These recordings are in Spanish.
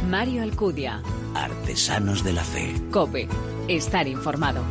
Mario Alcudia. Artesanos de la Fe. COPE. Estar informado.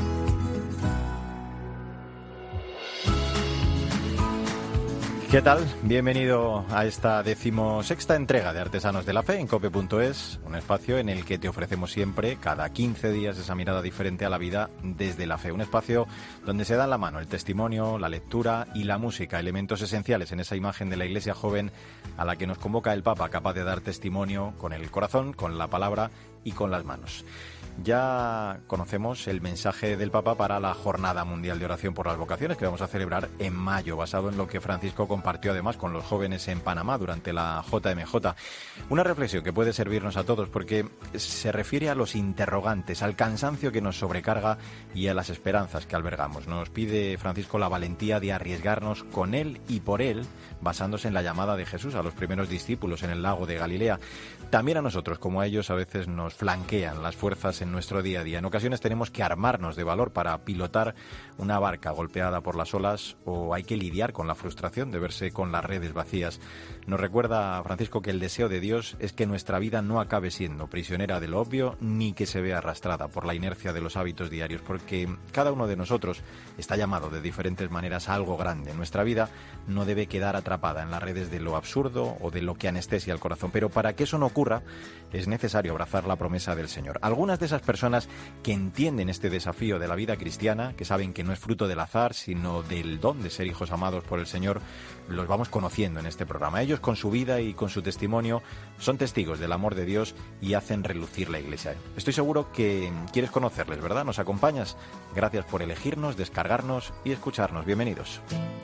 ¿Qué tal? Bienvenido a esta 16ª entrega de Artesanos de la Fe en COPE.es, un espacio en el que te ofrecemos siempre, cada 15 días, esa mirada diferente a la vida desde la fe. Un espacio donde se dan la mano el testimonio, la lectura y la música, elementos esenciales en esa imagen de la Iglesia joven a la que nos convoca el Papa, capaz de dar testimonio con el corazón, con la palabra y con las manos. Ya conocemos el mensaje del Papa para la Jornada Mundial de Oración por las Vocaciones que vamos a celebrar en mayo, basado en lo que Francisco compartió además con los jóvenes en Panamá durante la JMJ. Una reflexión que puede servirnos a todos porque se refiere a los interrogantes, al cansancio que nos sobrecarga y a las esperanzas que albergamos. Nos pide Francisco la valentía de arriesgarnos con él y por él, basándose en la llamada de Jesús a los primeros discípulos en el lago de Galilea. También a nosotros, como a ellos, a veces nos flanquean las fuerzas en nuestro día a día. En ocasiones tenemos que armarnos de valor para pilotar una barca golpeada por las olas, o hay que lidiar con la frustración de verse con las redes vacías. Nos recuerda Francisco que el deseo de Dios es que nuestra vida no acabe siendo prisionera de lo obvio, ni que se vea arrastrada por la inercia de los hábitos diarios, porque cada uno de nosotros está llamado de diferentes maneras a algo grande. Nuestra vida no debe quedar atrapada en las redes de lo absurdo o de lo que anestesia el corazón, pero para que eso no ocurra es necesario abrazar la promesa del Señor. Algunas de esas personas que entienden este desafío de la vida cristiana, que saben que no es fruto del azar, sino del don de ser hijos amados por el Señor, los vamos conociendo en este programa. Ellos, con su vida y con su testimonio, son testigos del amor de Dios y hacen relucir la Iglesia. Estoy seguro que quieres conocerles, ¿verdad? ¿Nos acompañas? Gracias por elegirnos, descargarnos y escucharnos. Bienvenidos.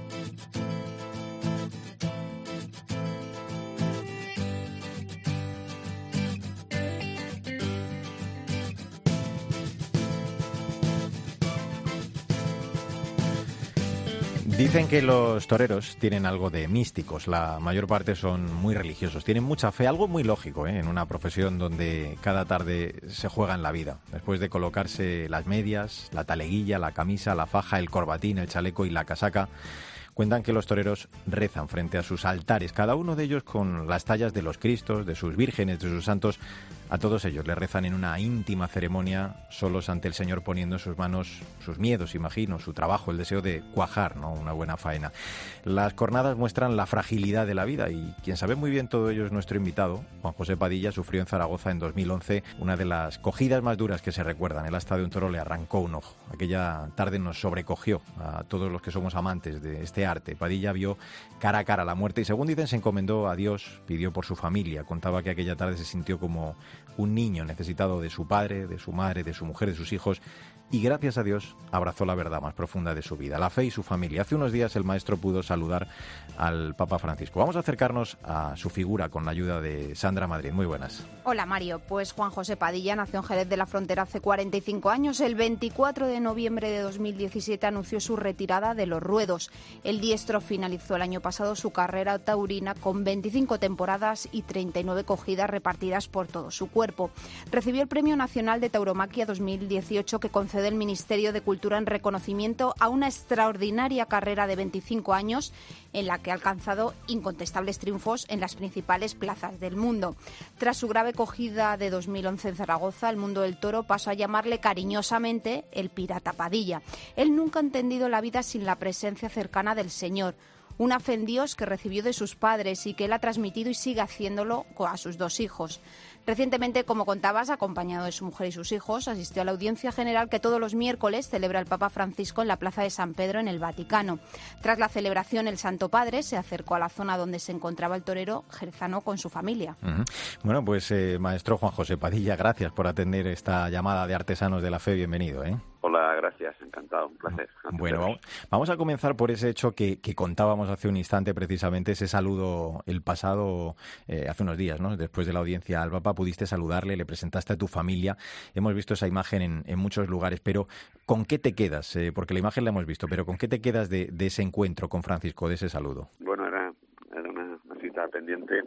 Dicen que los toreros tienen algo de místicos, la mayor parte son muy religiosos, tienen mucha fe, algo muy lógico, en una profesión donde cada tarde se juega en la vida. Después de colocarse las medias, la taleguilla, la camisa, la faja, el corbatín, el chaleco y la casaca, cuentan que los toreros rezan frente a sus altares, cada uno de ellos con las tallas de los Cristos, de sus vírgenes, de sus santos. A todos ellos les rezan en una íntima ceremonia, solos ante el Señor, poniendo en sus manos sus miedos, imagino, su trabajo, el deseo de cuajar, ¿no?, una buena faena. Las cornadas muestran la fragilidad de la vida y quien sabe muy bien todo ello es nuestro invitado. Juan José Padilla sufrió en Zaragoza en 2011 una de las cogidas más duras que se recuerdan. El asta de un toro le arrancó un ojo. Aquella tarde nos sobrecogió a todos los que somos amantes de este arte. Padilla vio cara a cara la muerte y, según dicen, se encomendó a Dios, pidió por su familia. Contaba que aquella tarde se sintió como un niño necesitado de su padre, de su madre, de su mujer, de sus hijos, y gracias a Dios abrazó la verdad más profunda de su vida, la fe y su familia. Hace unos días el maestro pudo saludar al Papa Francisco. Vamos a acercarnos a su figura con la ayuda de Sandra Madrid. Muy buenas. Hola Mario, pues Juan José Padilla nació en Jerez de la Frontera hace 45 años. El 24 de noviembre de 2017 anunció su retirada de los ruedos. El diestro finalizó el año pasado su carrera taurina con 25 temporadas y 39 cogidas repartidas por todo su cuerpo. Recibió el Premio Nacional de Tauromaquia 2018 que concede el Ministerio de Cultura en reconocimiento a una extraordinaria carrera de 25 años en la que ha alcanzado incontestables triunfos en las principales plazas del mundo. Tras su grave cogida de 2011 en Zaragoza, el mundo del toro pasó a llamarle cariñosamente el Pirata Padilla. Él nunca ha entendido la vida sin la presencia cercana del Señor. Una fe en Dios que recibió de sus padres y que él ha transmitido y sigue haciéndolo a sus dos hijos. Recientemente, como contabas, acompañado de su mujer y sus hijos, asistió a la audiencia general que todos los miércoles celebra el Papa Francisco en la Plaza de San Pedro en el Vaticano. Tras la celebración, el Santo Padre se acercó a la zona donde se encontraba el torero jerezano con su familia. Bueno, pues maestro Juan José Padilla, gracias por atender esta llamada de Artesanos de la Fe. Bienvenido, Hola, gracias, encantado, un placer. Bueno, vamos a comenzar por ese hecho que contábamos hace un instante, precisamente ese saludo el pasado, hace unos días, ¿no? Después de la audiencia al Papa, pudiste saludarle, le presentaste a tu familia. Hemos visto esa imagen en muchos lugares, pero ¿con qué te quedas? Porque la imagen la hemos visto, pero ¿con qué te quedas de ese encuentro con Francisco, de ese saludo? Bueno, era una cita pendiente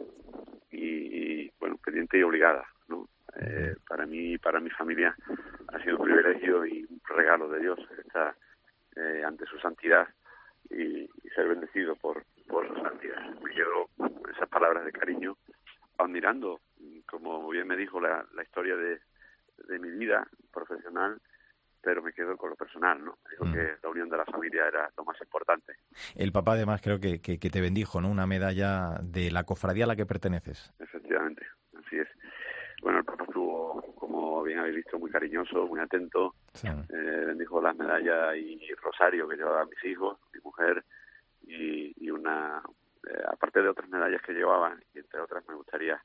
y pendiente y obligada, ¿no? Para mí y para mi familia ha sido un privilegio y un regalo de Dios estar ante su santidad y ser bendecido por su santidad. Me quedo con esas palabras de cariño, admirando como bien me dijo, la historia de mi vida profesional, pero me quedo con lo personal, ¿no? Me dijo que la unión de la familia era lo más importante. El papá además creo que te bendijo, ¿no? Una medalla de la cofradía a la que perteneces. Efectivamente, así es. Bueno, el papá estuvo, como bien habéis visto, muy cariñoso, muy atento. Sí. Bendijo las medallas y rosario que llevaban mis hijos, mi mujer, y una... aparte de otras medallas que llevaban, y entre otras me gustaría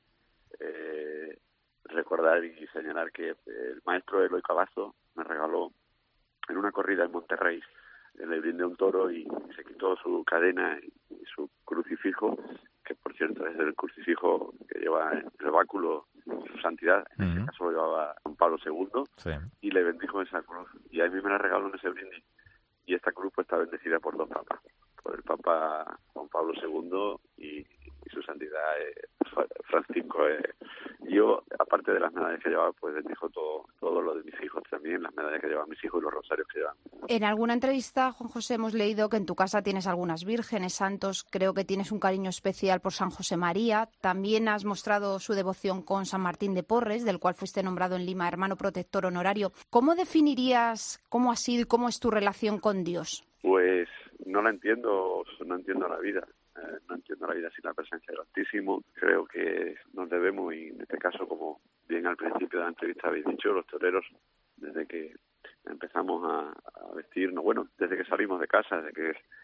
recordar y señalar que el maestro Eloy Cavazo me regaló en una corrida en Monterrey, le brindé un toro y se quitó su cadena y su crucifijo, que por cierto es el crucifijo que lleva en el báculo su santidad, en este caso lo llevaba Juan Pablo II, sí. Y le bendijo esa cruz, y a mí me la regaló en ese brindis, y esta cruz pues está bendecida por dos papas, por el Papa Juan Pablo II y su santidad Francisco. Yo, aparte de las medallas que llevaba, pues bendijo todo lo de mis hijos también, las medallas que llevaban mis hijos y los rosarios que llevaban. En alguna entrevista, Juan José, hemos leído que en tu casa tienes algunas vírgenes, santos, creo que tienes un cariño especial por San José María, también has mostrado su devoción con San Martín de Porres, del cual fuiste nombrado en Lima hermano protector honorario. ¿Cómo definirías cómo ha sido y cómo es tu relación con Dios? Pues no entiendo la vida. No entiendo la vida sin la presencia del Altísimo. Creo que nos debemos, y en este caso, como bien al principio de la entrevista habéis dicho, los toreros, desde que empezamos a vestirnos, bueno, desde que salimos de casa, desde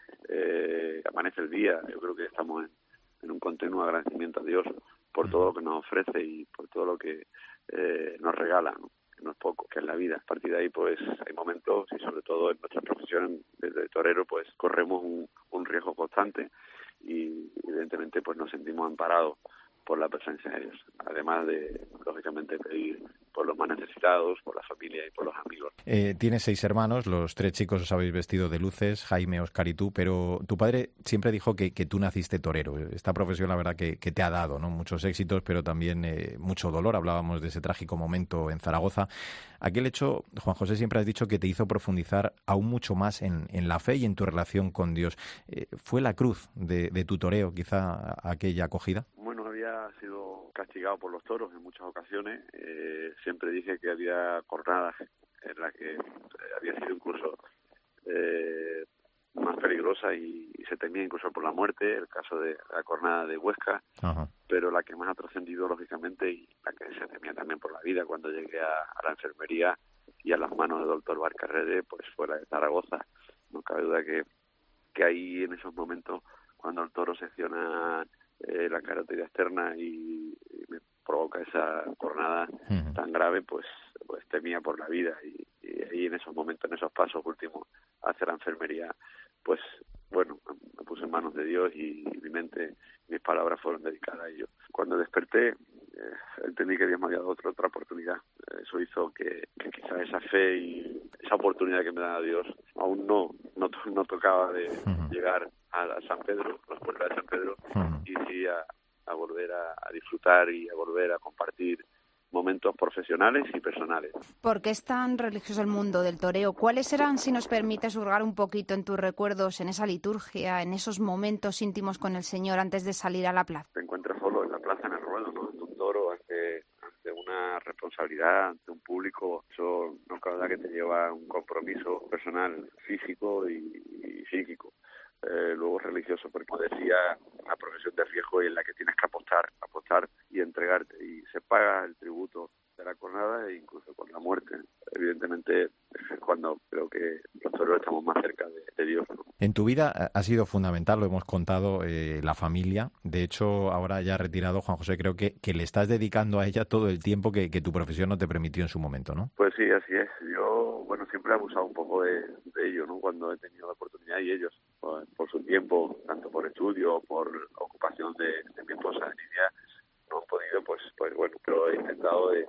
que amanece el día, yo creo que estamos en un continuo agradecimiento a Dios por todo lo que nos ofrece y por todo lo que nos regala, ¿no? Que no es poco, que es la vida. A partir de ahí, pues, hay momentos, y sobre todo en nuestra profesión de torero, pues, corremos un riesgo constante, y evidentemente pues nos sentimos amparados por la presencia de Dios, además de lógicamente pedir por los más necesitados, por la familia y por los amigos. Tienes 6 hermanos, los 3 chicos os habéis vestido de luces, Jaime, Óscar y tú, pero tu padre siempre dijo que tú naciste torero. Esta profesión la verdad que te ha dado, ¿no? Muchos éxitos, pero también mucho dolor. Hablábamos de ese trágico momento en Zaragoza. Aquel hecho, Juan José, siempre has dicho que te hizo profundizar aún mucho más en la fe y en tu relación con Dios. ¿Fue la cruz de tu toreo quizá aquella acogida? Bueno, había sido castigado por los toros en muchas ocasiones. Siempre dije que había jornadas en las que había sido incluso más peligrosa y se temía incluso por la muerte, el caso de la jornada de Huesca. Ajá. Pero la que más ha trascendido lógicamente, y la que se temía también por la vida cuando llegué a la enfermería y a las manos del doctor Barcarrede, pues fue la de Zaragoza. No cabe duda que ahí en esos momentos, cuando el toro secciona la carótida externa y me provoca esa jornada tan grave, pues temía por la vida, y ahí en esos momentos, en esos pasos últimos hacia la enfermería, pues bueno, me puse en manos de Dios y mi mente, mis palabras fueron dedicadas a ello. Cuando desperté, entendí que Dios me había dado otra oportunidad. Eso hizo que quizás esa fe y esa oportunidad que me daba Dios aún no tocaba de llegar a San Pedro, las puertas de San Pedro, y sí a volver a disfrutar y a volver a compartir momentos profesionales y personales. ¿Por qué es tan religioso el mundo del toreo? ¿Cuáles serán, si nos permites hurgar un poquito en tus recuerdos, en esa liturgia, en esos momentos íntimos con el Señor antes de salir a la plaza? Te encuentras solo en la plaza, en el ruedo, ¿no? Ante un toro, ante una responsabilidad, ante un público. Eso no cabe duda que te lleva a un compromiso personal, físico y psíquico. Luego religioso, porque como decía, una profesión de riesgo en la que tienes que apostar y entregarte, y se paga el tributo de la jornada e incluso con la muerte. Evidentemente es cuando creo que los toreros estamos más cerca de Dios, ¿no? En tu vida ha sido fundamental, lo hemos contado, la familia. De hecho, ahora ya retirado, Juan José, creo que le estás dedicando a ella todo el tiempo que tu profesión no te permitió en su momento, ¿no? Pues sí, así es. Yo, bueno, siempre he abusado un poco de ello, ¿no? Cuando he tenido la oportunidad, y ellos, por su tiempo, tanto por estudio, por ocupación de mi esposa, de Lidia, no han podido, pues bueno, pero he intentado de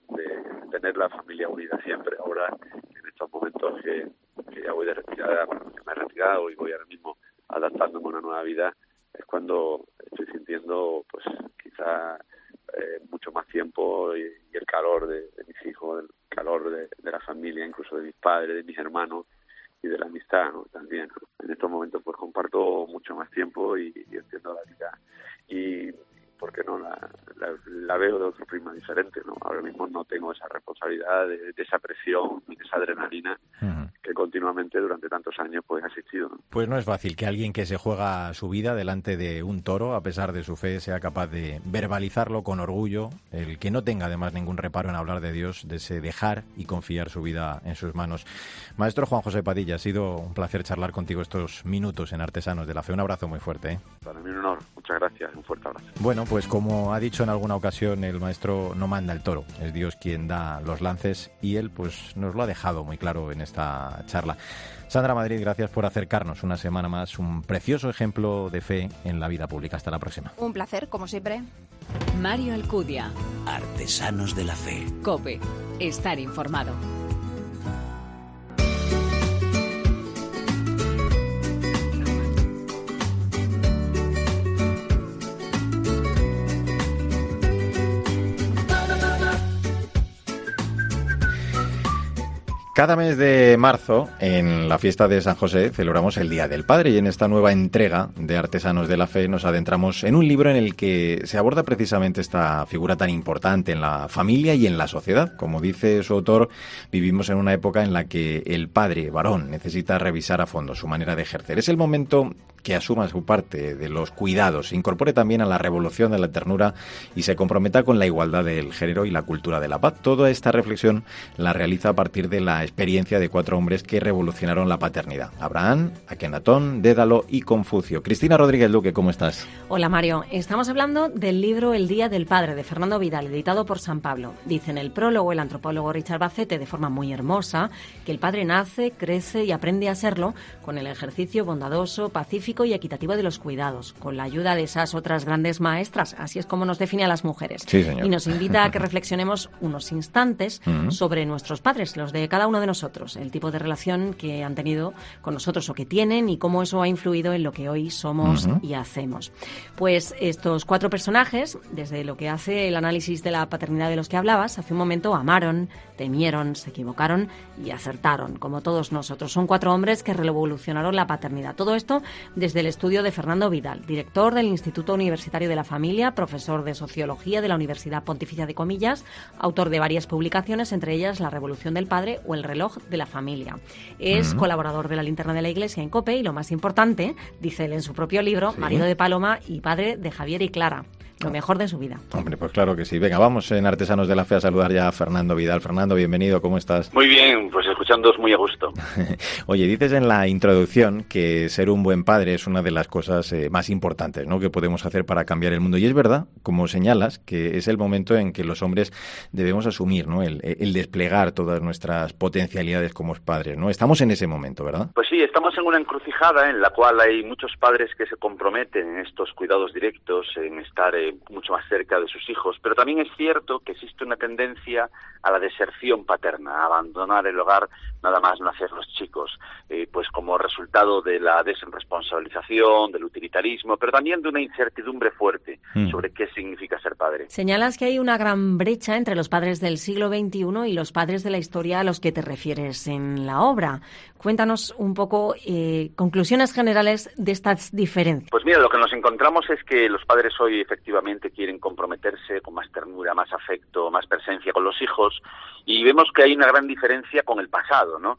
tener la familia unida siempre. Ahora, en estos momentos que ya voy de retirada, que me he retirado y voy ahora mismo adaptándome a una nueva vida, es cuando estoy sintiendo, pues quizá mucho más tiempo y el calor de mis hijos, el calor de la familia, incluso de mis padres, de mis hermanos y de la amistad, ¿no? También, ¿no? En estos momentos pues comparto mucho más tiempo y entiendo la vida. Y porque no la veo de otro prisma diferente, ¿no? Ahora mismo no tengo esa responsabilidad de esa presión y de esa adrenalina que continuamente durante tantos años pues ha existido, ¿no? Pues no es fácil que alguien que se juega su vida delante de un toro, a pesar de su fe, sea capaz de verbalizarlo con orgullo, el que no tenga además ningún reparo en hablar de Dios, de ese dejar y confiar su vida en sus manos. Maestro Juan José Padilla, ha sido un placer charlar contigo estos minutos en Artesanos de la Fe. Un abrazo muy fuerte, ¿eh? Para mí un honor. Muchas gracias. Un fuerte abrazo. Bueno, pues como ha dicho en alguna ocasión, el maestro no manda el toro. Es Dios quien da los lances y él pues nos lo ha dejado muy claro en esta charla. Sandra Madrid, gracias por acercarnos una semana más un precioso ejemplo de fe en la vida pública. Hasta la próxima. Un placer, como siempre. Mario Alcudia. Artesanos de la Fe. COPE. Estar informado. Cada mes de marzo, en la fiesta de San José, celebramos el Día del Padre y en esta nueva entrega de Artesanos de la Fe nos adentramos en un libro en el que se aborda precisamente esta figura tan importante en la familia y en la sociedad. Como dice su autor, vivimos en una época en la que el padre varón necesita revisar a fondo su manera de ejercer. Es el momento que asuma su parte de los cuidados, se incorpore también a la revolución de la ternura y se comprometa con la igualdad del género y la cultura de la paz. Toda esta reflexión la realiza a partir de la experiencia de 4 hombres que revolucionaron la paternidad: Abraham, Akenatón, Dédalo y Confucio. Cristina Rodríguez Luque, ¿cómo estás? Hola Mario, estamos hablando del libro El Día del Padre de Fernando Vidal, editado por San Pablo. Dice en el prólogo el antropólogo Richard Bacete de forma muy hermosa que el padre nace, crece y aprende a serlo con el ejercicio bondadoso, pacífico y equitativo de los cuidados, con la ayuda de esas otras grandes maestras. Así es como nos define a las mujeres. Sí, señor. Y nos invita a que reflexionemos unos instantes sobre nuestros padres, los de cada uno de nosotros, el tipo de relación que han tenido con nosotros o que tienen y cómo eso ha influido en lo que hoy somos y hacemos. Pues estos 4 personajes, desde lo que hace el análisis de la paternidad de los que hablabas, hace un momento amaron, temieron, se equivocaron y acertaron, como todos nosotros. Son 4 hombres que revolucionaron la paternidad. Todo esto desde el estudio de Fernando Vidal, director del Instituto Universitario de la Familia, profesor de Sociología de la Universidad Pontificia de Comillas, autor de varias publicaciones, entre ellas La Revolución del Padre o El Reloj de la Familia. Es colaborador de la Linterna de la Iglesia en COPE y, lo más importante, dice él en su propio libro, marido de Paloma y padre de Javier y Clara. Lo mejor de su vida. Hombre, pues claro que sí. Venga, vamos en Artesanos de la Fe a saludar ya a Fernando Vidal. Fernando, bienvenido, ¿cómo estás? Muy bien, pues escuchándoos muy a gusto. Oye, dices en la introducción que ser un buen padre es una de las cosas más importantes, ¿no?, que podemos hacer para cambiar el mundo. Y es verdad, como señalas, que es el momento en que los hombres debemos asumir, ¿no?, el desplegar todas nuestras potencialidades como padres, ¿no? Estamos en ese momento, ¿verdad? Pues sí, estamos en una encrucijada en la cual hay muchos padres que se comprometen en estos cuidados directos, en estar mucho más cerca de sus hijos, pero también es cierto que existe una tendencia a la deserción paterna, a abandonar el hogar nada más nacer los chicos, pues como resultado de la desresponsabilización, del utilitarismo, pero también de una incertidumbre fuerte sobre qué significa ser padre. Señalas que hay una gran brecha entre los padres del siglo XXI y los padres de la historia a los que te refieres en la obra. Cuéntanos un poco conclusiones generales de estas diferencias. Pues mira, lo que nos encontramos es que los padres hoy efectivamente quieren comprometerse con más ternura, más afecto, más presencia con los hijos, y vemos que hay una gran diferencia con el pasado, ¿no?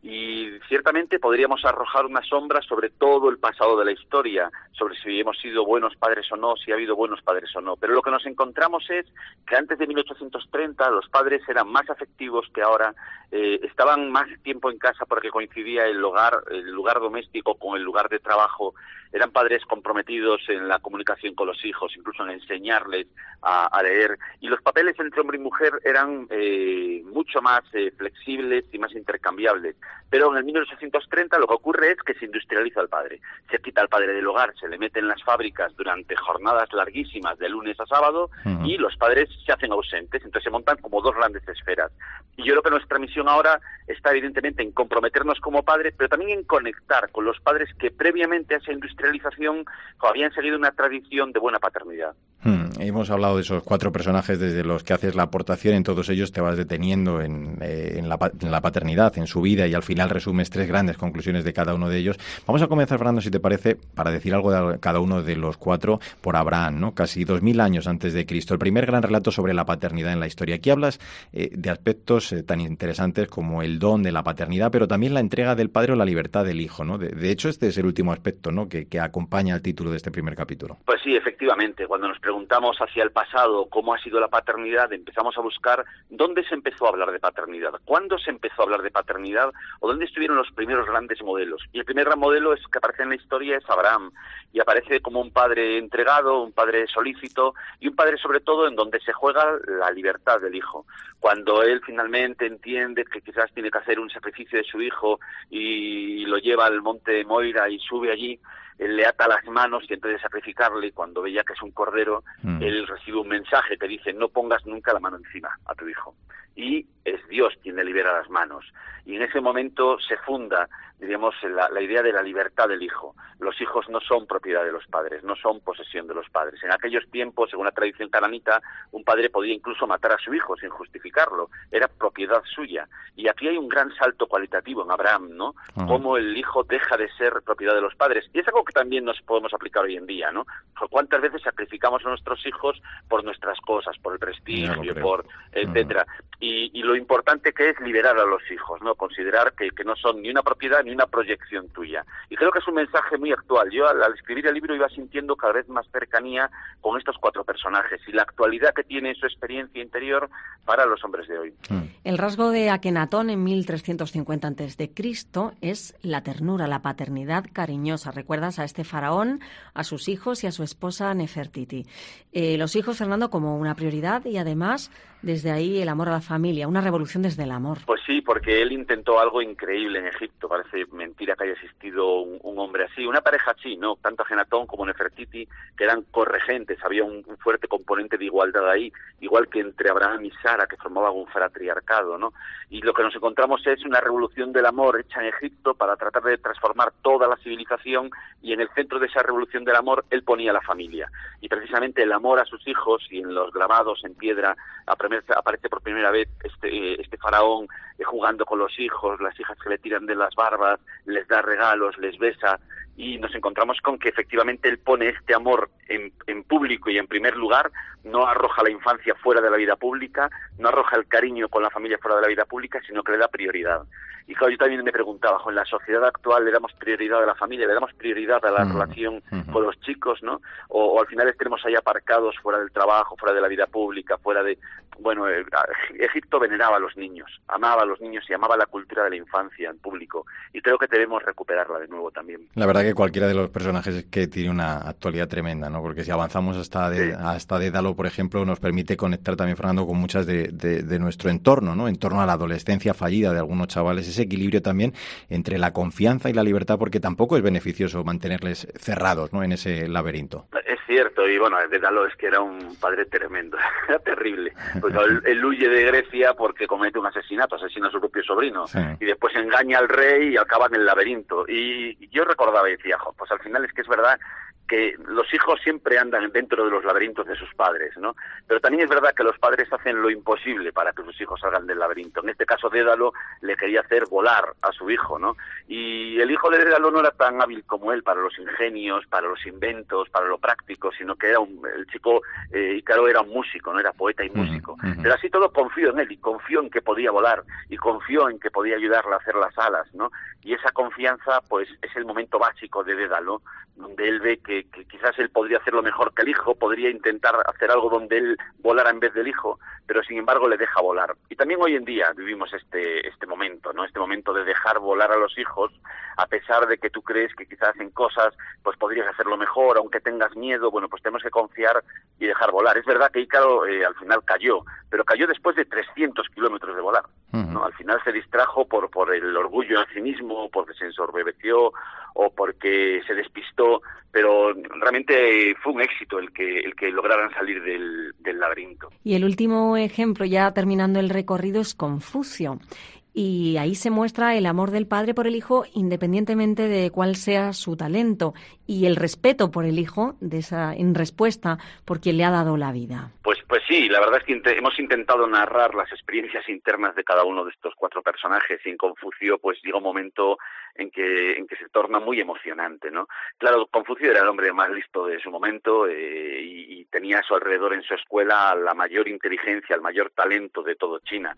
Y ciertamente podríamos arrojar una sombra sobre todo el pasado de la historia, sobre si hemos sido buenos padres o no, si ha habido buenos padres o no. Pero lo que nos encontramos es que antes de 1830 los padres eran más afectivos que ahora, estaban más tiempo en casa porque coincidía el lugar doméstico con el lugar de trabajo. Eran padres comprometidos en la comunicación con los hijos, incluso en enseñarles a leer. Y los papeles entre hombre y mujer eran mucho más flexibles y más intercambiables. Pero en el 1830 lo que ocurre es que se industrializa al padre. Se quita al padre del hogar, se le mete en las fábricas durante jornadas larguísimas de lunes a sábado y los padres se hacen ausentes. Entonces se montan como 2 grandes esferas. Y yo creo que nuestra misión ahora está evidentemente en comprometernos como padres, pero también en conectar con los padres que previamente a esa industrialización materialización habían seguido una tradición de buena paternidad. Hemos hablado de esos 4 personajes desde los que haces la aportación. En todos ellos te vas deteniendo en la paternidad, en su vida, y al final resumes 3 grandes conclusiones de cada uno de ellos. Vamos a comenzar, Fernando, si te parece, para decir algo de cada uno de los 4, por Abraham, ¿no? Casi 2000 años antes de Cristo. El primer gran relato sobre la paternidad en la historia. Aquí hablas de aspectos tan interesantes como el don de la paternidad, pero también la entrega del padre o la libertad del hijo, ¿no? De hecho, este es el último aspecto, ¿no?, que acompaña al título de este primer capítulo. Pues sí, efectivamente. Cuando nos preguntamos hacia el pasado cómo ha sido la paternidad, empezamos a buscar dónde se empezó a hablar de paternidad, cuándo se empezó a hablar de paternidad, o dónde estuvieron los primeros grandes modelos. Y el primer gran modelo que aparece en la historia es Abraham, y aparece como un padre entregado, un padre solícito, y un padre sobre todo en donde se juega la libertad del hijo. Cuando él finalmente entiende que quizás tiene que hacer un sacrificio de su hijo y lo lleva al monte Moira y sube allí, él le ata las manos y antes de sacrificarle, cuando veía que es un cordero, él recibe un mensaje que dice: no pongas nunca la mano encima a tu hijo. Y es Dios quien le libera las manos. Y en ese momento se funda, diríamos, la idea de la libertad del hijo. Los hijos no son propiedad de los padres, no son posesión de los padres. En aquellos tiempos, según la tradición cananita, un padre podía incluso matar a su hijo sin justificarlo. Era propiedad suya. Y aquí hay un gran salto cualitativo en Abraham, ¿no? Cómo el hijo deja de ser propiedad de los padres. Y es algo que también nos podemos aplicar hoy en día, ¿no? ¿Cuántas veces sacrificamos a nuestros hijos por nuestras cosas, por el prestigio, por etcétera? Y lo importante que es liberar a los hijos, ¿no? Considerar que no son ni una propiedad ni una proyección tuya. Y creo que es un mensaje muy actual. Yo al escribir el libro iba sintiendo cada vez más cercanía con estos 4 personajes y la actualidad que tiene su experiencia interior para los hombres de hoy. El rasgo de Akenatón en 1350 a.C. es la ternura, la paternidad cariñosa. ¿Recuerdas a este faraón, a sus hijos y a su esposa Nefertiti? Los hijos, Fernando, como una prioridad, y además desde ahí el amor a la familia, una revolución desde el amor. Pues sí, porque él intentó algo increíble en Egipto. Parece mentira que haya existido un hombre así, una pareja así, ¿no? Tanto Akenatón como Nefertiti, que eran corregentes, había un fuerte componente de igualdad ahí, igual que entre Abraham y Sara, que formaban un fratriarcado, ¿no? Y lo que nos encontramos es una revolución del amor hecha en Egipto para tratar de transformar toda la civilización, y en el centro de esa revolución del amor él ponía la familia. Y precisamente el amor a sus hijos, y en los grabados en piedra aparece por primera vez este faraón jugando con los hijos, las hijas que le tiran de las barbas, les da regalos, les besa, y nos encontramos con que efectivamente él pone este amor en público y en primer lugar, no arroja la infancia fuera de la vida pública, no arroja el cariño con la familia fuera de la vida pública, sino que le da prioridad. Y claro, yo también me preguntaba, en la sociedad actual le damos prioridad a la familia, le damos prioridad a la relación con los chicos, ¿no? O al final les tenemos ahí aparcados fuera del trabajo, fuera de la vida pública, fuera de... Bueno, Egipto veneraba a los niños, amaba a los niños y amaba la cultura de la infancia en público, y creo que debemos recuperarla de nuevo también. La verdad que cualquiera de los personajes es que tiene una actualidad tremenda, ¿no? Porque si avanzamos hasta Dédalo, por ejemplo, nos permite conectar también, Fernando, con muchas de nuestro entorno, ¿no? En torno a la adolescencia fallida de algunos chavales, ese equilibrio también entre la confianza y la libertad, porque tampoco es beneficioso mantenerles cerrados, ¿no?, en ese laberinto. Es cierto, y bueno, Dédalo es que era un padre tremendo, era terrible. Pues él huye de Grecia porque comete un asesinato, asesina a su propio sobrino, sí, y después engaña al rey y acaba en el laberinto. Y yo recordaba y decía, pues al final es que es verdad que los hijos siempre andan dentro de los laberintos de sus padres, ¿no? Pero también es verdad que los padres hacen lo imposible para que sus hijos salgan del laberinto. En este caso, Dédalo le quería hacer volar a su hijo, ¿no? Y el hijo de Dédalo no era tan hábil como él para los ingenios, para los inventos, para lo práctico, sino que el chico Ícaro era un músico, no era poeta y músico. Pero así todo confió en él y confió en que podía volar y confió en que podía ayudarle a hacer las alas, ¿no? Y esa confianza, pues, es el momento básico de Dédalo, donde él ve que quizás él podría hacerlo mejor que el hijo, podría intentar hacer algo donde él volara en vez del hijo, pero sin embargo le deja volar. Y también hoy en día vivimos este momento, ¿no? Este momento de dejar volar a los hijos, a pesar de que tú crees que quizás en cosas pues podrías hacerlo mejor, aunque tengas miedo, bueno, pues tenemos que confiar y dejar volar. Es verdad que Ícaro al final cayó, pero cayó después de 300 kilómetros de volar, ¿no? Al final se distrajo por el orgullo en sí mismo, porque se ensorbebeció o porque se despistó, pero realmente fue un éxito el que lograran salir del laberinto. Y el último ejemplo, ya terminando el recorrido, es Confucio. y ahí se muestra el amor del padre por el hijo independientemente de cuál sea su talento y el respeto por el hijo en respuesta por quien le ha dado la vida. Pues sí, la verdad es que hemos intentado narrar las experiencias internas de cada uno de estos 4 personajes y en Confucio pues llega un momento en que se torna muy emocionante, ¿no? Claro, Confucio era el hombre más listo de su momento y tenía a su alrededor en su escuela la mayor inteligencia, el mayor talento de todo China.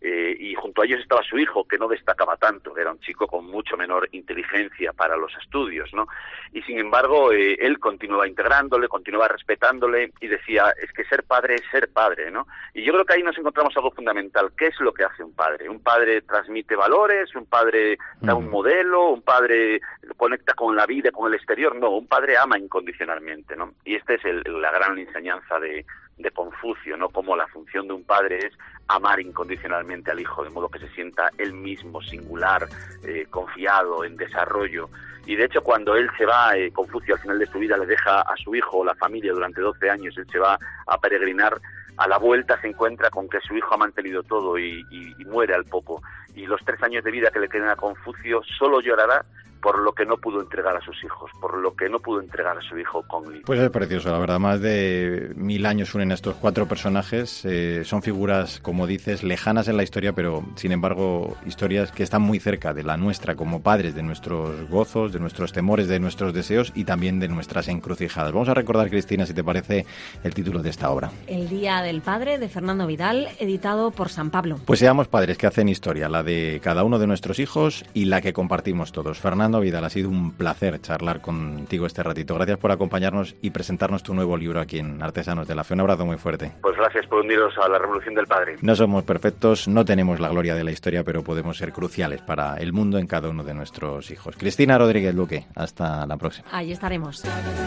Y junto a ellos estaba su hijo, que no destacaba tanto, era un chico con mucho menor inteligencia para los estudios, ¿no? Y sin embargo, él continuaba integrándole, continuaba respetándole y decía, es que ser padre es ser padre, ¿no? Y yo creo que ahí nos encontramos algo fundamental. ¿Qué es lo que hace un padre? Un padre transmite valores, un padre da un modelo, un padre conecta con la vida, con el exterior. No, un padre ama incondicionalmente, ¿no? Y esta es la gran enseñanza de Confucio, ¿no? Como la función de un padre es amar incondicionalmente al hijo, de modo que se sienta él mismo singular, confiado, en desarrollo. Y de hecho cuando él se va, Confucio al final de su vida le deja a su hijo, la familia durante 12 años, él se va a peregrinar, a la vuelta se encuentra con que su hijo ha mantenido todo y muere al poco. Y los 3 años de vida que le quedan a Confucio solo llorará por lo que no pudo entregar a sus hijos, por lo que no pudo entregar a su hijo Conli. Pues es precioso, la verdad, más de 1000 años unen a estos 4 personajes, son figuras, como dices, lejanas en la historia, pero sin embargo historias que están muy cerca de la nuestra como padres, de nuestros gozos, de nuestros temores, de nuestros deseos y también de nuestras encrucijadas. Vamos a recordar, Cristina, si te parece, el título de esta obra. El Día del Padre, de Fernando Vidal, editado por San Pablo. Pues seamos padres que hacen historia, la de cada uno de nuestros hijos y la que compartimos todos. Fernando Vidal, ha sido un placer charlar contigo este ratito. Gracias por acompañarnos y presentarnos tu nuevo libro aquí en Artesanos de la Fe. Un abrazo muy fuerte. Pues gracias por uniros a la Revolución del Padre. No somos perfectos, no tenemos la gloria de la historia, pero podemos ser cruciales para el mundo en cada uno de nuestros hijos. Cristina Rodríguez Luque, hasta la próxima. Ahí estaremos.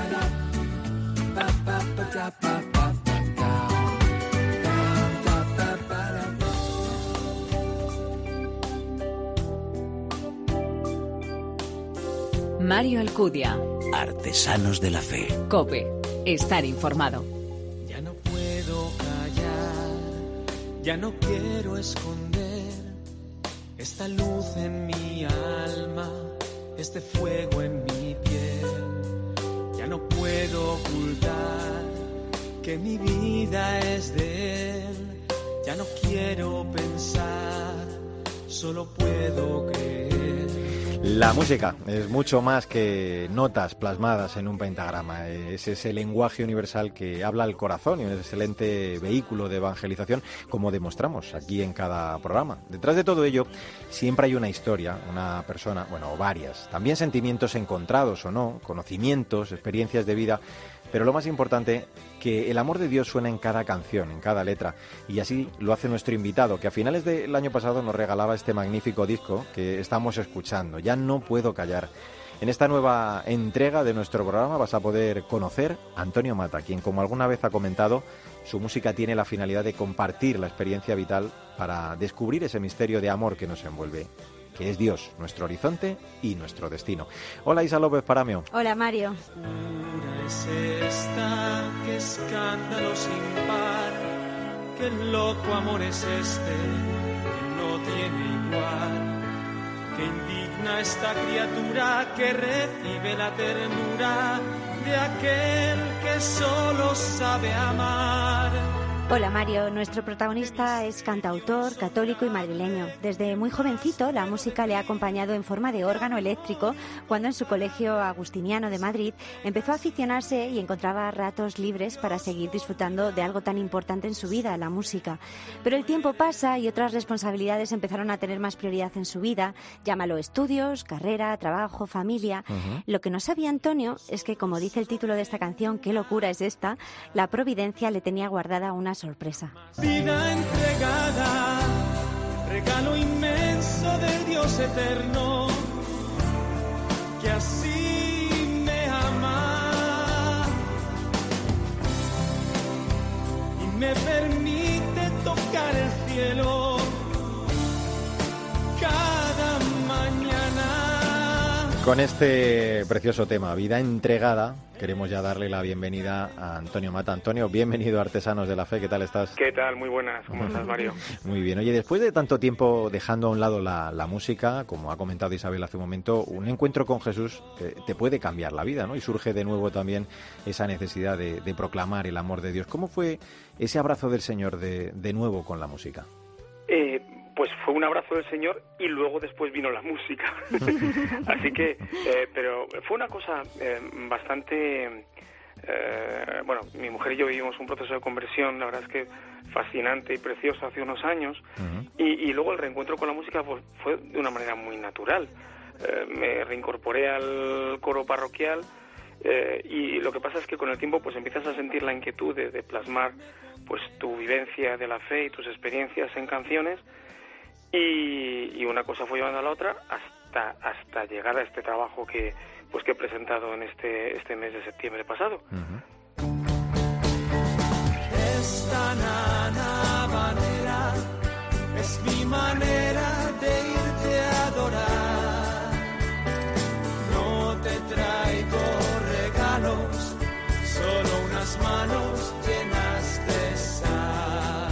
Mario Alcudia. Artesanos de la Fe. COPE. Estar informado. Ya no puedo callar, ya no quiero esconder esta luz en mi alma, este fuego en mi piel. Ya no puedo ocultar que mi vida es de él. Ya no quiero pensar, solo puedo creer. La música es mucho más que notas plasmadas en un pentagrama. Es ese lenguaje universal que habla al corazón y un excelente vehículo de evangelización, como demostramos aquí en cada programa. Detrás de todo ello siempre hay una historia, una persona, bueno, o varias. También sentimientos encontrados o no, conocimientos, experiencias de vida. Pero lo más importante, que el amor de Dios suena en cada canción, en cada letra. Y así lo hace nuestro invitado, que a finales del año pasado nos regalaba este magnífico disco que estamos escuchando. Ya no puedo callar. En esta nueva entrega de nuestro programa vas a poder conocer a Antonio Mata, quien, como alguna vez ha comentado, su música tiene la finalidad de compartir la experiencia vital para descubrir ese misterio de amor que nos envuelve, que es Dios, nuestro horizonte y nuestro destino. Hola, Isa López Paramio. Hola, Mario. Pura es esta, qué escándalo sin par, qué loco amor es este, que no tiene igual, que indigna esta criatura que recibe la ternura de aquel que solo sabe amar. Hola Mario, nuestro protagonista es cantautor, católico y madrileño. Desde muy jovencito la música le ha acompañado en forma de órgano eléctrico cuando en su colegio agustiniano de Madrid empezó a aficionarse y encontraba ratos libres para seguir disfrutando de algo tan importante en su vida, la música. Pero el tiempo pasa y otras responsabilidades empezaron a tener más prioridad en su vida, llámalo estudios, carrera, trabajo, familia. Lo que no sabía Antonio es que, como dice el título de esta canción, qué locura es esta, la providencia le tenía guardada una sorpresa. Vida entregada, regalo inmenso del Dios eterno, que así me ama y me permite tocar el cielo cada mañana. Con este precioso tema, Vida Entregada, queremos ya darle la bienvenida a Antonio Mata. Antonio, bienvenido a Artesanos de la Fe, ¿qué tal estás? ¿Qué tal? Muy buenas, ¿cómo estás, Mario? Muy bien. Oye, después de tanto tiempo dejando a un lado la música, como ha comentado Isabel hace un momento, un encuentro con Jesús te puede cambiar la vida, ¿no? Y surge de nuevo también esa necesidad de proclamar el amor de Dios. ¿Cómo fue ese abrazo del Señor de nuevo con la música? Pues fue un abrazo del Señor y luego después vino la música. Así que, pero fue una cosa bastante... bueno, mi mujer y yo vivimos un proceso de conversión, la verdad es que fascinante y precioso hace unos años. Y luego el reencuentro con la música pues, fue de una manera muy natural. Me reincorporé al coro parroquial y lo que pasa es que con el tiempo pues empiezas a sentir la inquietud de plasmar pues tu vivencia de la fe y tus experiencias en canciones. Y una cosa fue llevando a la otra hasta llegar a este trabajo que he presentado en este mes de septiembre pasado. Esta nana habanera es mi manera de irte a adorar. No te traigo regalos, solo unas manos llenas de sal.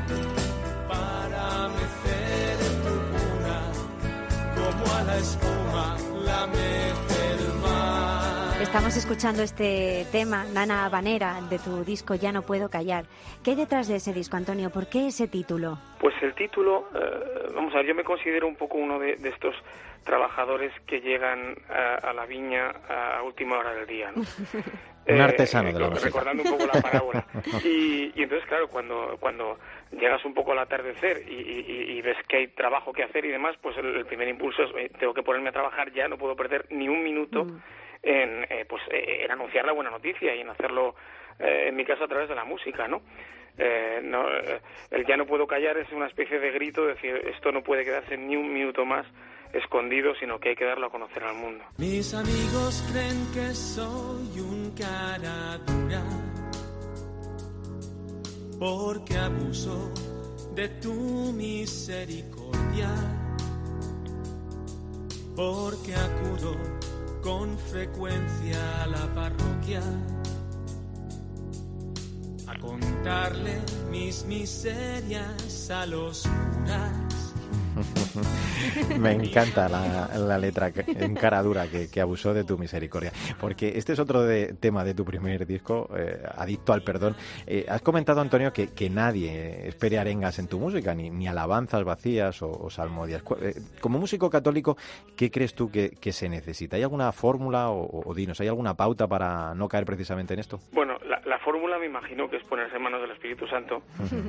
Como a la espuma la mete el mar. Estamos escuchando este tema, Nana Habanera, de tu disco Ya no puedo callar. ¿Qué hay detrás de ese disco, Antonio? ¿Por qué ese título? Pues el título, vamos a ver, yo me considero un poco uno de estos trabajadores que llegan a la viña a última hora del día, ¿no? Un artesano de la música. Recordando un poco la parábola. Y entonces, claro, cuando llegas un poco al atardecer y ves que hay trabajo que hacer y demás, pues el primer impulso es, tengo que ponerme a trabajar ya, no puedo perder ni un minuto en anunciar la buena noticia y en hacerlo, en mi caso, a través de la música, ¿no? El ya no puedo callar es una especie de grito, decir, esto no puede quedarse ni un minuto más escondido, sino que hay que darlo a conocer al mundo. Mis amigos creen que soy un cara dura, porque abuso de tu misericordia, porque acudo con frecuencia a la parroquia a contarle mis miserias a los curas. Me encanta la letra en cara dura que abusó de tu misericordia, porque este es otro tema de tu primer disco, Adicto al Perdón. Has comentado, Antonio, que nadie espere arengas en tu música, ni alabanzas vacías o salmodias. Como músico católico, ¿qué crees tú que se necesita? ¿Hay alguna fórmula o dinos, hay alguna pauta para no caer precisamente en esto? Bueno, la fórmula me imagino que es ponerse en manos del Espíritu Santo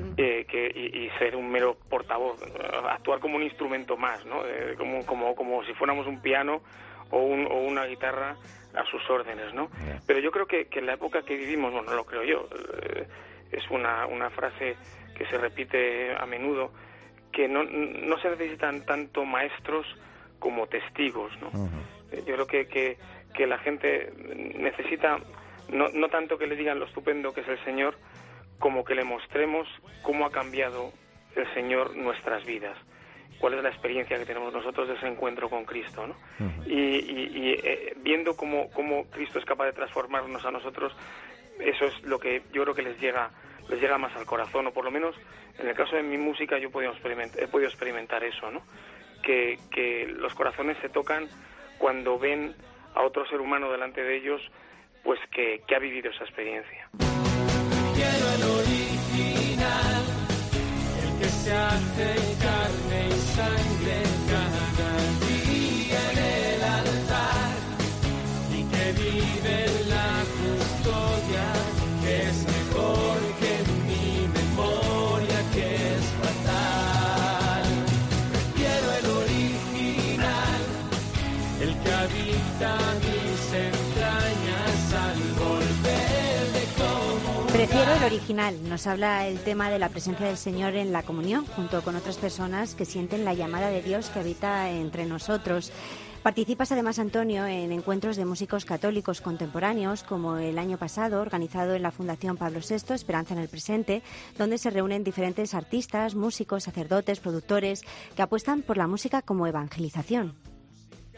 y ser un mero portavoz, actuar como un instrumento más, ¿no? Como si fuéramos un piano o una guitarra a sus órdenes, ¿no? Yeah. Pero yo creo que en la época que vivimos, bueno, no lo creo yo, es una frase que se repite a menudo, que no se necesitan tanto maestros como testigos, ¿no? Yo creo que la gente necesita no tanto que le digan lo estupendo que es el Señor, como que le mostremos cómo ha cambiado el Señor nuestras vidas, cuál es la experiencia que tenemos nosotros de ese encuentro con Cristo, ¿no? Y viendo cómo Cristo es capaz de transformarnos a nosotros, eso es lo que yo creo que les llega más al corazón, o por lo menos en el caso de mi música yo he podido experimentar eso, ¿no? Que los corazones se tocan cuando ven a otro ser humano delante de ellos, pues que ha vivido esa experiencia. Quiero el original, el que se hace carne y sangre cada día en el altar, y que vive en la custodia, que es mejor que mi memoria, que es fatal. Quiero el original, el que habita mis entrañas al volver de común. Prefiero el original. Nos habla el tema de la presencia del Señor en la comunión, junto con otras personas que sienten la llamada de Dios que habita entre nosotros. Participas además, Antonio, en encuentros de músicos católicos contemporáneos, como el año pasado, organizado en la Fundación Pablo VI, Esperanza en el Presente, donde se reúnen diferentes artistas, músicos, sacerdotes, productores, que apuestan por la música como evangelización.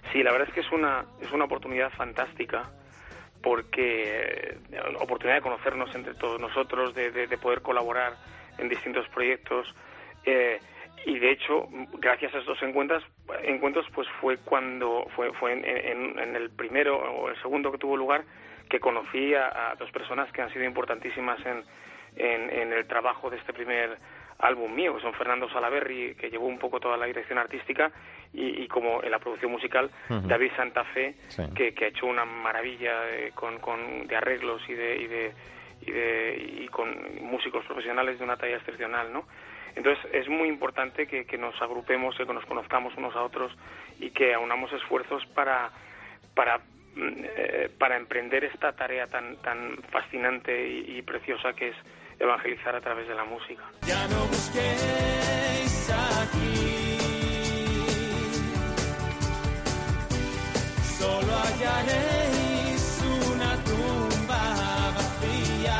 Sí, la verdad es que es una oportunidad fantástica, porque oportunidad de conocernos entre todos nosotros, de poder colaborar en distintos proyectos, y de hecho, gracias a estos encuentros pues fue cuando fue en el primero o el segundo que tuvo lugar, que conocí a dos personas que han sido importantísimas en el trabajo de este primer álbum mío, que son Fernando Salaverry, que llevó un poco toda la dirección artística, y como en la producción musical, David Santa Fe, sí, que ha hecho una maravilla de arreglos y con músicos profesionales de una talla excepcional, ¿no? Entonces es muy importante que nos agrupemos, que nos conozcamos unos a otros y que aunamos esfuerzos para emprender esta tarea tan fascinante y preciosa que es evangelizar a través de la música. Ya no busquéis aquí, solo hallaréis una tumba vacía.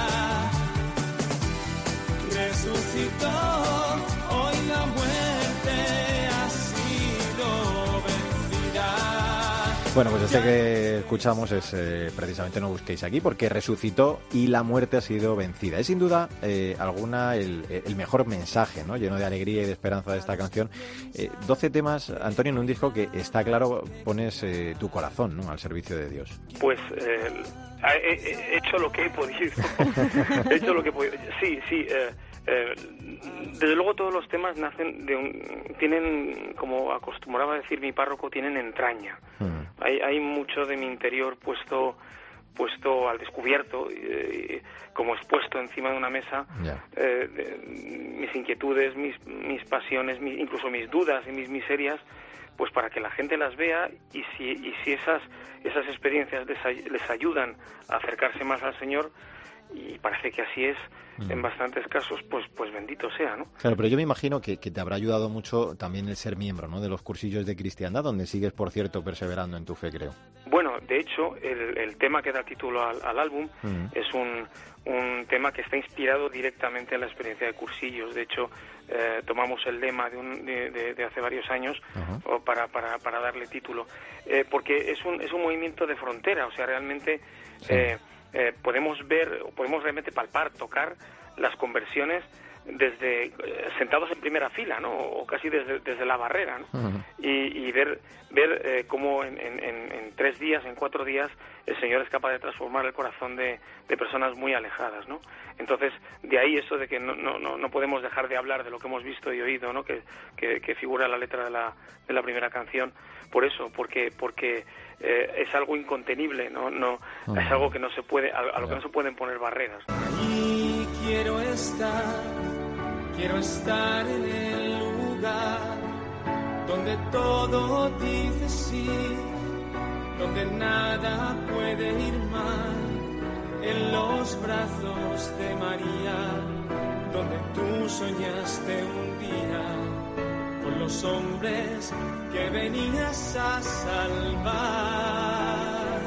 Resucitó, hoy la muerte ha sido vencida. Bueno, pues este que escuchamos es precisamente No busquéis aquí, porque resucitó y la muerte ha sido vencida. Es sin duda el mejor mensaje, ¿no? Lleno de alegría y de esperanza de esta canción. 12 temas, Antonio, en un disco que está claro, pones tu corazón, ¿no?, al servicio de Dios. Pues he hecho lo que he podido. Sí. Desde luego todos los temas tienen, como acostumbraba a decir mi párroco, tienen entraña. Hay mucho de mi interior puesto al descubierto, como expuesto encima de una mesa, mis inquietudes, mis pasiones, incluso mis dudas y mis miserias, pues para que la gente las vea, y si esas experiencias les ayudan a acercarse más al Señor, y parece que así es en bastantes casos, pues bendito sea, ¿no? Claro, pero yo me imagino que te habrá ayudado mucho también el ser miembro, ¿no?, de los cursillos de cristiandad, donde sigues, por cierto, perseverando en tu fe, creo. Bueno, de hecho, el tema que da título al álbum es un tema que está inspirado directamente en la experiencia de cursillos. De hecho, tomamos el lema de hace varios años para darle título, porque es un movimiento de frontera, o sea, realmente... Sí. Podemos realmente palpar, tocar las conversiones desde sentados en primera fila, ¿no?, o casi desde la barrera, ¿no? Y ver cómo en 3 días, en 4 días, el Señor es capaz de transformar el corazón de personas muy alejadas, ¿no? Entonces, de ahí eso de que no podemos dejar de hablar de lo que hemos visto y oído, ¿no?, que figura en la letra de la primera canción. Por eso, porque es algo incontenible, no es algo que no se puede, a lo que no se pueden poner barreras. Y quiero estar en el lugar donde todo dice sí, donde nada puede ir mal, en los brazos de María, donde tú soñaste un día con los hombres que venías a salvar.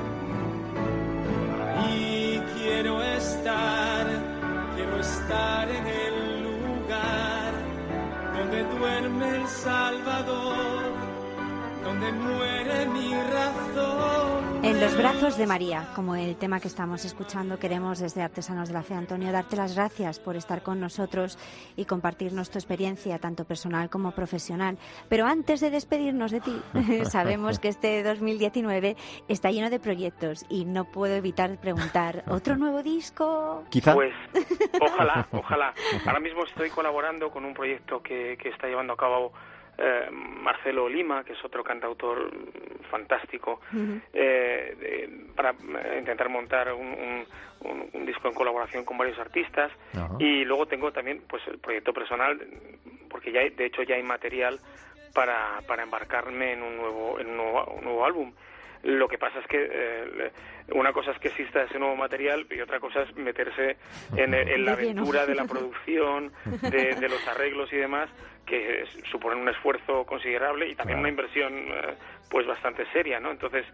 Y quiero estar en el lugar donde duerme el Salvador, donde muere mi razón. En los brazos de María, como el tema que estamos escuchando, queremos desde Artesanos de la Fe, Antonio, darte las gracias por estar con nosotros y compartirnos tu experiencia, tanto personal como profesional. Pero antes de despedirnos de ti, sabemos que este 2019 está lleno de proyectos y no puedo evitar preguntar, ¿otro nuevo disco? ¿Quizá? Pues ojalá. Ahora mismo estoy colaborando con un proyecto que está llevando a cabo Marcelo Lima, que es otro cantautor fantástico, para intentar montar un disco en colaboración con varios artistas. Y luego tengo también pues el proyecto personal, porque de hecho ya hay material para embarcarme en un nuevo álbum. Lo que pasa es que una cosa es que exista ese nuevo material y otra cosa es meterse en la aventura de la producción, de los arreglos y demás, que suponen un esfuerzo considerable y también una inversión pues bastante seria, ¿no? Entonces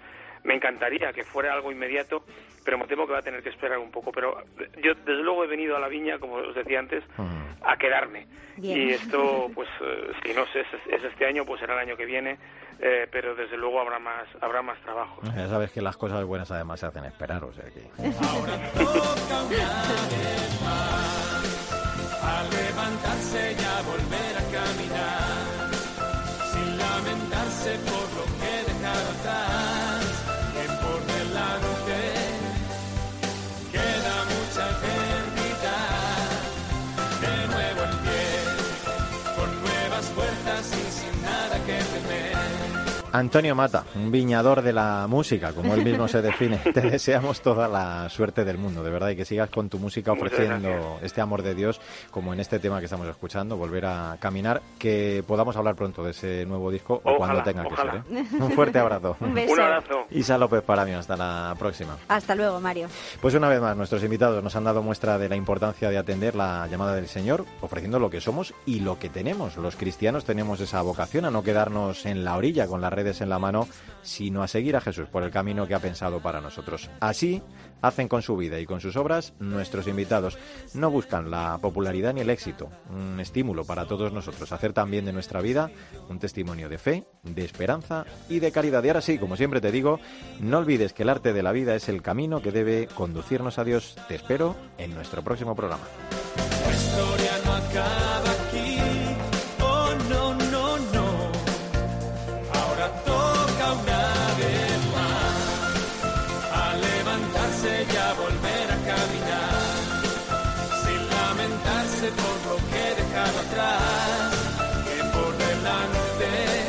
Me encantaría que fuera algo inmediato, pero me temo que va a tener que esperar un poco. Pero yo, desde luego, he venido a la viña, como os decía antes, a quedarme. Bien. Y esto, pues, si no es este año, pues será el año que viene, pero desde luego habrá más trabajo. Ya sabes que las cosas buenas además se hacen esperar, o sea que... Ahora toca una vez más a levantarse y a volver a caminar, sin lamentarse por lo que he dejado atrás, que por delante queda mucha eternidad. De nuevo en pie, con nuevas fuerzas y sin nada que temer. Antonio Mata, un viñador de la música, como él mismo se define. Te deseamos toda la suerte del mundo, de verdad, y que sigas con tu música ofreciendo este amor de Dios, como en este tema que estamos escuchando, Volver a Caminar, que podamos hablar pronto de ese nuevo disco, o cuando tenga que ser. Un fuerte abrazo. Un beso. Un abrazo. Isa López Paramio, hasta la próxima. Hasta luego, Mario. Pues una vez más, nuestros invitados nos han dado muestra de la importancia de atender la llamada del Señor, ofreciendo lo que somos y lo que tenemos. Los cristianos tenemos esa vocación a no quedarnos en la orilla con las redes en la mano, sino a seguir a Jesús por el camino que ha pensado para nosotros. Así hacen con su vida y con sus obras nuestros invitados. No buscan la popularidad ni el éxito, un estímulo para todos nosotros, hacer también de nuestra vida un testimonio de fe, de esperanza y de caridad. Y ahora sí, como siempre te digo, no olvides que el arte de la vida es el camino que debe conducirnos a Dios. Te espero en nuestro próximo programa. La historia no acaba aquí, oh no, no, no. Ahora toca una vez más a levantarse y a volver a caminar, sin lamentarse por lo que he dejado atrás, que por delante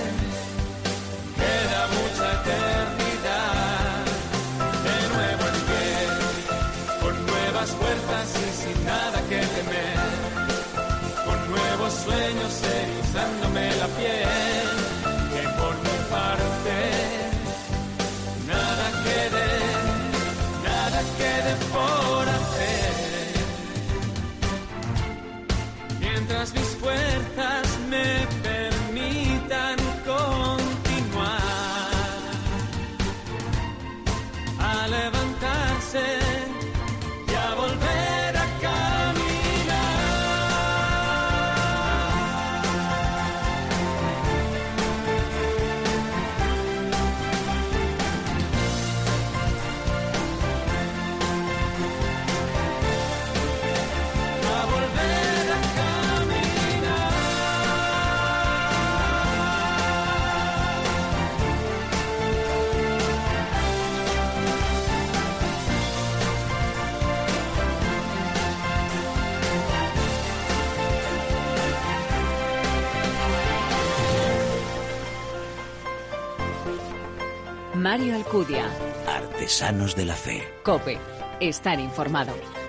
queda mucha eternidad. De nuevo en pie, con nuevas fuerzas y sin nada que temer, con nuevos sueños erizándome la piel, que por mi parte nada quede por hacer, mientras mis fuerzas me permitan continuar a levantarse y a volver a caminar. A volver a caminar. Mario Alcudia. Artesanos de la Fe. COPE. Estar informado.